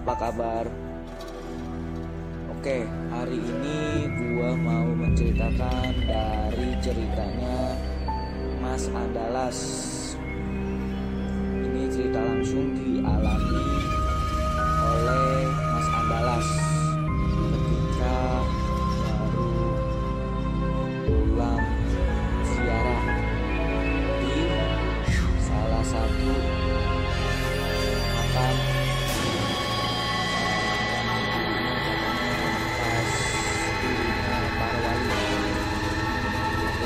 apa kabar? Oke, hari ini gua mau menceritakan dari ceritanya Mas Andalas. Ini cerita langsung dialami oleh Mas Andalas ketika baru pulang ziarah di salah satu makam para wali. Oke.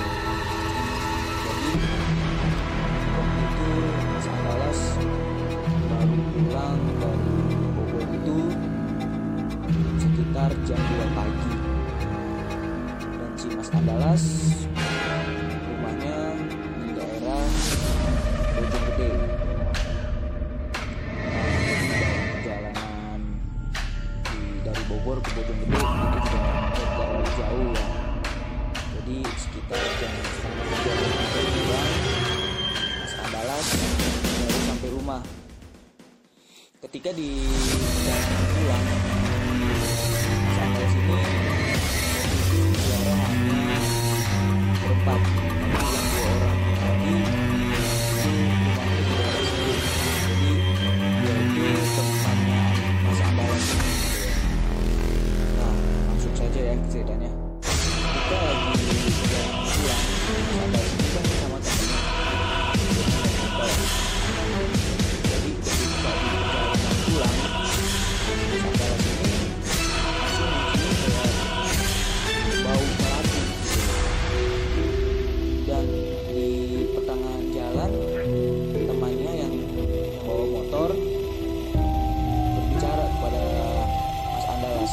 Jadi waktu itu Mas Andalas baru pulang dari Bogor itu sekitar jam 2 pagi. Dan si Mas Andalas rumahnya di daerah Bojonggede. Perjalanan dari Bogor ke Bojonggede itu juga terlalu jauh ya. Jadi sekitar jam setengah 3 pulang, Mas Andalas baru sampai rumah. Ketika di jalan pulang, Mas Andalas ini itu suara hanya berempat, yang 2 orang lagi rumahnya di daerah situ. Jadi dia itu temannya Mas Andalas. Nah, langsung saja ya ceritanya. Kita lagi jalan pulang, Mas Andalas ini kan sama temannya. Jadi ketika di perjalanan pulang, Mas Andalas ini langsung mencium kayak bau melati gitu. Dan di pertengahan jalan, temannya yang membawa motor berbicara kepada Mas Andalas.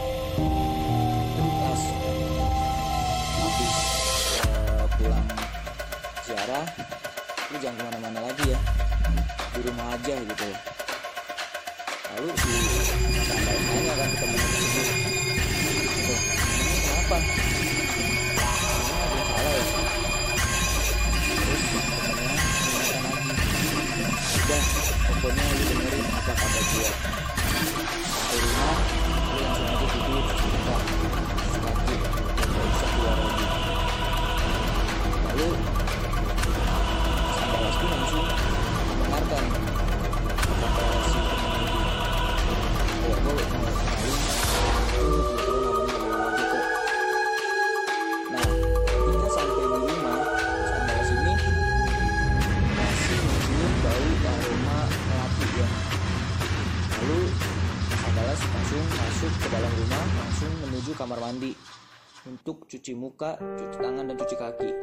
Mas, habis pulang ziarah, lu jangan kemana-mana lagi ya, di rumah aja gitu. Lalu si Mas Andalas tanya kan ke temennya tersebut, "Tuh, ini kenapa? Ini ada yang salah ya?" Terus temennya mengingatkan lagi, "Udah, pokoknya lu dengerin apa kata gue. Sampai rumah, lu langsung aja tidur, buka kaki, dan gak bisa keluar lagi." Lalu Mas Andalas pun langsung mendengarkan kata si teman itu. "Ya, gue mau kenalin, itu kebetulan namanya Bowo aja kok." Nah, ketika sampai di rumah, Mas Andalas ini masih mencium bau aroma melati ya. Lalu Mas Andalas langsung masuk ke dalam rumah, langsung menuju kamar mandi untuk cuci muka, cuci tangan, dan cuci kaki.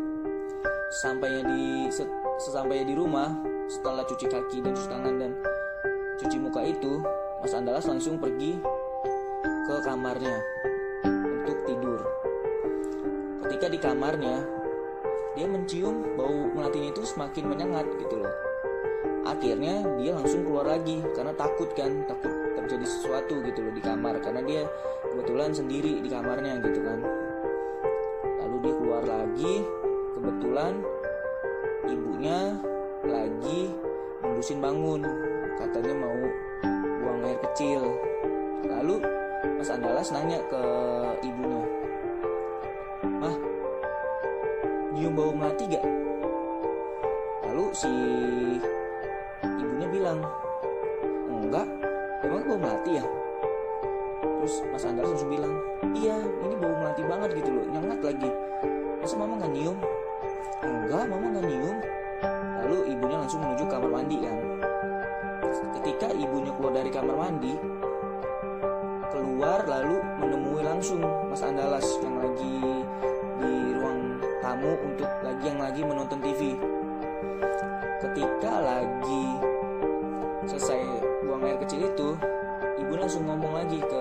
Sesampainya di rumah, setelah cuci kaki dan cuci tangan dan cuci muka itu, Mas Andalas langsung pergi ke kamarnya untuk tidur. Ketika di kamarnya, dia mencium bau melatinya itu semakin menyengat gitu loh. Akhirnya dia langsung keluar lagi karena takut terjadi sesuatu gitu loh di kamar, karena dia kebetulan sendiri di kamarnya gitu kan. Lalu dia keluar lagi, kebetulan ibunya lagi nendusin bangun, katanya mau buang air kecil. Lalu Mas Andalas nanya ke ibunya, "Mah, nyium bau melati gak?" Lalu si ibunya bilang, "Enggak, emang bau melati ya?" Terus Mas Andalas langsung bilang, "Iya, ini bau melati banget gitu loh, nyengat lagi. Masa mama gak nyium?" "Enggak, mama gak nyium." Lalu ibunya langsung menuju kamar mandi kan. Ketika ibunya keluar dari kamar mandi, keluar lalu menemui langsung Mas Andalas yang lagi di ruang tamu yang lagi menonton TV. Ketika lagi selesai buang air kecil itu, ibu langsung ngomong lagi ke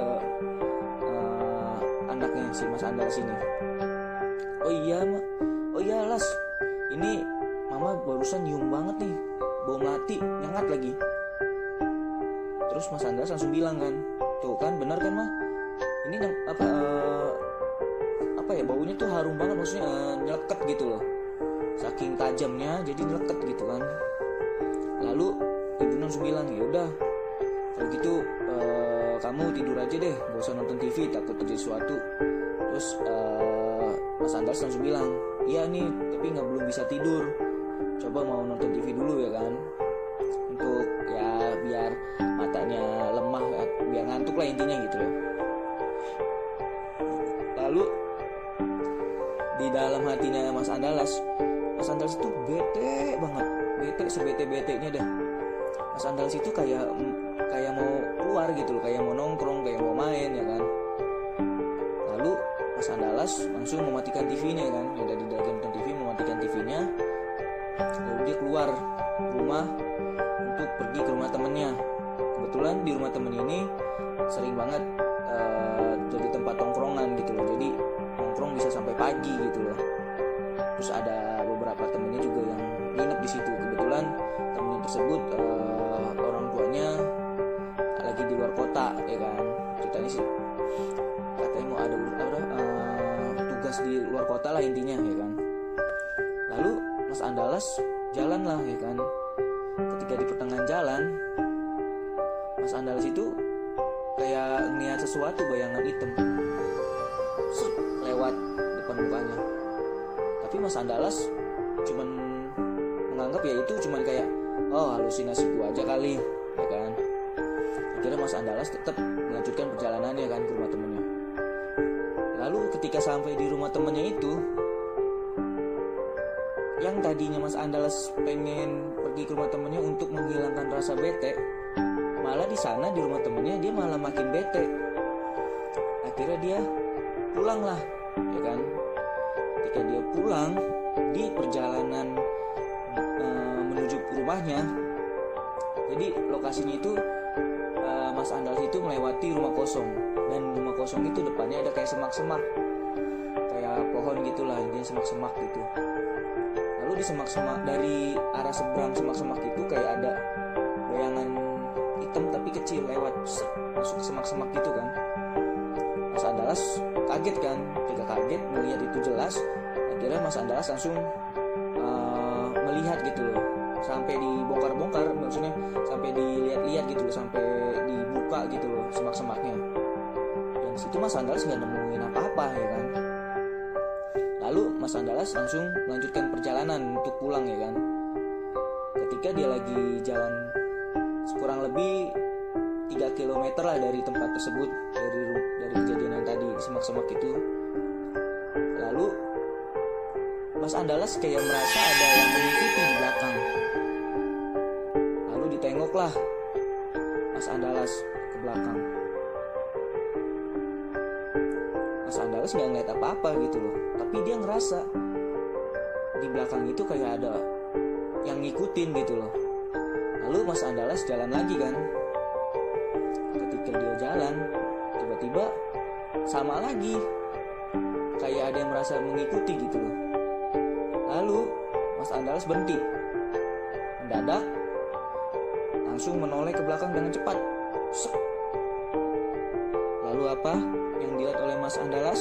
anaknya si Mas Andalas ini, "Oh iya, Ma. Oh iya, Las. Ini mama barusan nyium banget nih, bau melati, nyengat lagi." Terus Mas Andalas langsung bilang kan, "Tuh kan, benar kan, Ma? Ini yang apa ya, baunya tuh harum banget, maksudnya nyeleket gitu loh. Saking tajamnya jadi nyeleket gitu kan." Lalu ibu langsung bilang, "Ya udah, kalau gitu kamu tidur aja deh, gak usah nonton TV, takut terjadi sesuatu. Terus Mas Andalas langsung bilang, iya nih tapi belum bisa tidur, coba mau nonton TV dulu ya kan, untuk ya biar matanya lemah, biar ngantuk lah intinya gitu loh. Lalu di dalam hatinya Mas Andalas itu bete banget, bete sebete-betenya dah. Mas Andalas itu kayak mau keluar gitu loh, kayak mau nongkrong, kayak mau main ya kan. Lalu Mas Andalas langsung mematikan TV-nya kan, yang tadi lagi nonton TV, mematikan TV-nya. Lalu dia keluar rumah untuk pergi ke rumah temennya. Kebetulan di rumah temen ini sering banget jadi tempat tongkrongan gitu loh, jadi nongkrong bisa sampai pagi gitu loh. Terus ada beberapa temennya juga yang nginep di situ. Kebetulan temennya tersebut orang tuanya lagi di luar kota ya kan, ceritanya sih katanya mau ada tugas di luar kota lah intinya ya kan. Lalu Mas Andalas jalan lah ya kan. Ketika di pertengahan jalan, Mas Andalas itu kayak ngeliat sesuatu, bayangan hitam lewat depan mukanya. Tapi Mas Andalas cuman menganggap ya itu cuman kayak halusinasi gua aja kali ya kan. Akhirnya Mas Andalas tetap melanjutkan perjalanannya kan ke rumah temennya. Lalu ketika sampai di rumah temennya itu, yang tadinya Mas Andalas pengen pergi ke rumah temennya untuk menghilangkan rasa bete, malah di sana di rumah temennya dia malah makin bete. Akhirnya dia pulang lah ya kan. Ketika dia pulang, di perjalanan menuju ke rumahnya, jadi lokasinya itu Mas Andalas itu melewati rumah kosong, dan rumah kosong itu depannya ada kayak semak-semak, kayak pohon gitulah, intinya semak-semak gitu. Lalu di semak-semak, dari arah seberang semak-semak itu kayak ada bayangan hitam tapi kecil lewat masuk ke semak-semak gitu kan. Mas Andalas kaget kan, ketika kaget melihat itu jelas, akhirnya Mas Andalas langsung melihat gitu loh, sampai dibongkar-bongkar, maksudnya sampai dilihat-lihat gitu loh, sampai dibuka gitu loh semak-semaknya. Dan situ Mas Andalas nggak nemuin apa-apa ya kan. Lalu Mas Andalas langsung melanjutkan perjalanan untuk pulang ya kan. Ketika dia lagi jalan kurang lebih 3 km lah dari tempat tersebut, dari kejadian yang tadi semak-semak itu. Lalu Mas Andalas kayak merasa ada yang mengikuti di belakang. Lalu ditengoklah Mas Andalas ke belakang. Mas Andalas nggak ngeliat apa-apa gitu loh, tapi dia ngerasa di belakang itu kayak ada yang ngikutin gitu loh. Lalu Mas Andalas jalan lagi kan. Ketika dia jalan, tiba-tiba sama lagi, kayak ada yang merasa mengikuti gitu loh. Lalu Mas Andalas berhenti, mendadak langsung menoleh ke belakang dengan cepat. Lalu apa yang dilihat oleh Mas Andalas?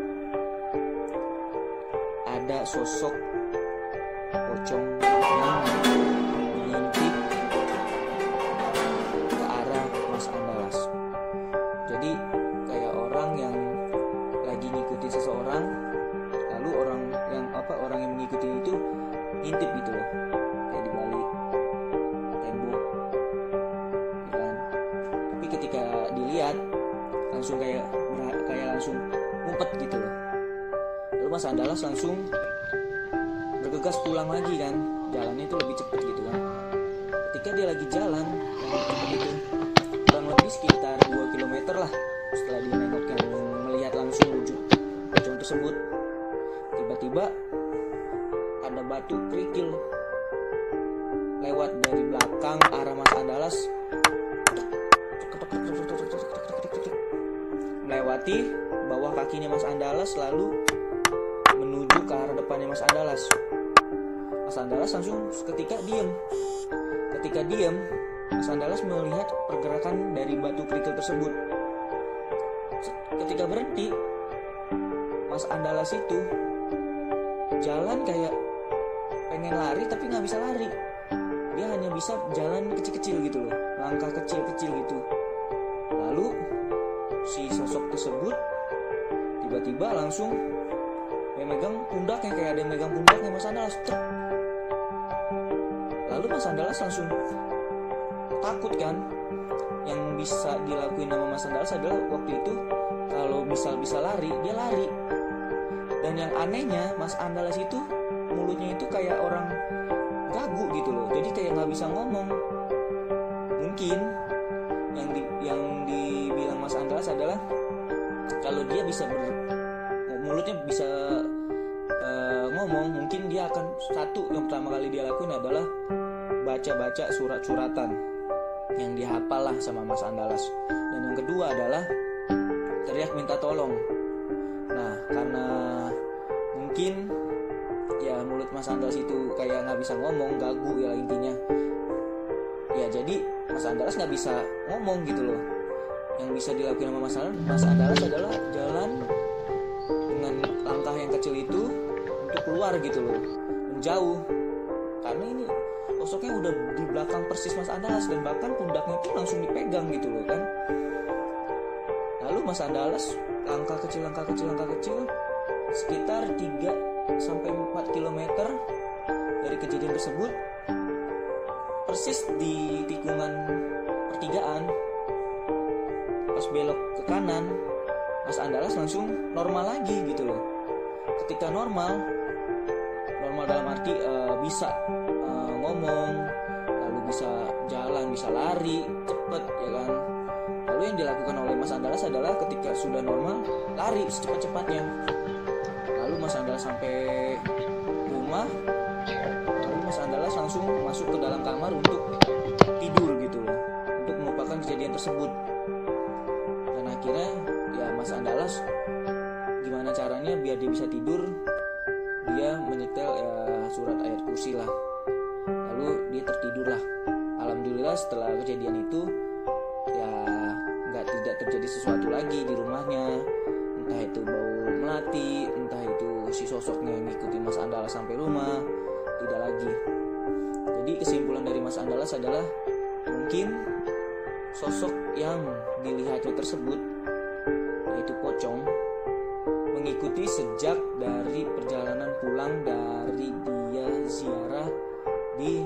Ada sosok pocong yang mengintip ke arah Mas Andalas. Jadi kayak orang yang lagi ngikutin seseorang, lalu orang yang mengikuti itu ngintip gitu loh, kayak di balik tembok ya kan. Tapi ketika dilihat langsung kayak langsung ngumpet gitu loh. Lalu Mas Andalas langsung bergegas pulang lagi kan, jalannya itu lebih cepat gitu kan. Ketika dia lagi jalan itu kurang lebih sekitar 2 km lah setelah dia melihat langsung wujud pocong tersebut, tiba-tiba ada batu kerikil lewat dari belakang arah Mas Andalas, melewati bawah kakinya Mas Andalas, lalu menuju ke arah depannya Mas Andalas. Mas Andalas langsung seketika diam. Ketika diam, Mas Andalas melihat pergerakan dari batu kerikil tersebut. Ketika berhenti, Mas Andalas itu jalan kayak pengen lari tapi nggak bisa lari. dia hanya bisa jalan kecil-kecil gitu loh, langkah kecil-kecil gitu. Lalu si sosok tersebut tiba-tiba langsung megang pundaknya, kayak ada yang megang pundaknya Mas Andalas. Lalu Mas Andalas langsung takut kan. Yang bisa dilakuin sama Mas Andalas adalah waktu itu kalau bisa lari, dia lari. Dan yang anehnya Mas Andalas itu mulutnya itu kayak orang gagu gitu loh, jadi kayak nggak bisa ngomong. Mungkin yang dibilang Mas Andalas adalah kalau dia bisa mulutnya bisa ngomong, mungkin dia akan yang pertama kali dia lakuin adalah baca-baca surat-suratan yang dihafal lah sama Mas Andalas. Dan yang kedua adalah teriak minta tolong. Nah, karena mungkin ya mulut Mas Andalas itu kayak nggak bisa ngomong, gagu ya intinya. Ya jadi Mas Andalas nggak bisa ngomong gitu loh. Yang bisa dilakukan sama Mas Andalas adalah jalan dengan langkah yang kecil itu untuk keluar gitu loh, menjauh. Karena ini sosoknya udah di belakang persis Mas Andalas, dan bahkan pundaknya pun langsung dipegang gitu loh kan. Lalu Mas Andalas langkah kecil sekitar 3-4 km dari kejadian tersebut, persis di tikungan pertigaan pas belok ke kanan, Mas Andalas langsung normal lagi gitu loh. Ketika normal dalam arti bisa ngomong, lalu bisa jalan, bisa lari cepet ya kan. Lalu yang dilakukan oleh Mas Andalas adalah ketika sudah normal, lari secepat-cepatnya. Lalu Mas Andalas sampai rumah, lalu Mas Andalas langsung masuk ke dalam kamar untuk tidur gitu loh, untuk melupakan kejadian tersebut. Dan akhirnya ya Mas Andalas gimana caranya biar dia bisa tidur, dia menyetel ya surat ayat kursi lah. Lalu dia tertidur lah. Alhamdulillah setelah kejadian itu ya tidak terjadi sesuatu lagi di rumahnya. Entah itu bau melati, entah itu si sosoknya yang ngikutin Mas Andalas sampai rumah, tidak lagi. Jadi kesimpulan dari Mas Andalas adalah mungkin sosok yang dilihatnya tersebut, yaitu pocong, mengikuti sejak dari perjalanan pulang dari dia ziarah di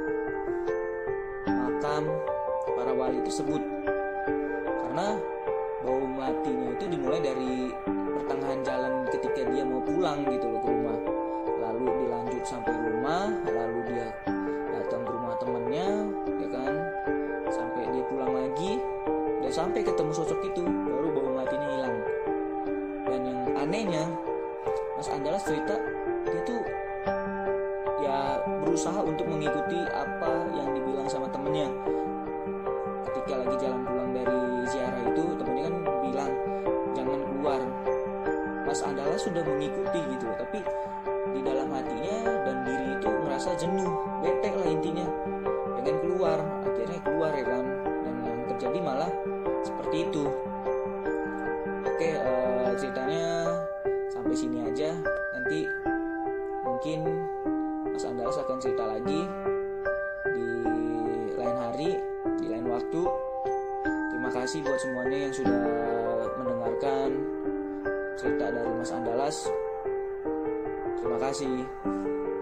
makam para wali tersebut. Karena bau melatinya itu dimulai dari pertengahan jalan ketika dia mau pulang gitu loh ke rumah, lalu dilanjut sampai rumah, lalu dia datang ke rumah temannya ya kan, sampai dia pulang lagi dan sampai ketemu sosok itu baru bau melatinya hilang. Dan yang anehnya Mas Andalas cerita dia tuh ya berusaha untuk mengikuti apa yang dibilang sama temennya. Ketika lagi jalan pulang dari ziarah itu, temennya kan bilang jangan keluar. Mas Andalas sudah mengikuti gitu, tapi di dalam hatinya dan diri itu merasa jenuh, bete lah intinya, pengen keluar. Akhirnya keluar ya kan, dan yang terjadi malah seperti itu. Oke, ceritanya sampai sini aja. Nanti mungkin Mas Andalas akan cerita lagi di lain hari, di lain waktu. Terima kasih buat semuanya yang sudah mendengarkan cerita dari Mas Andalas. Terima kasih.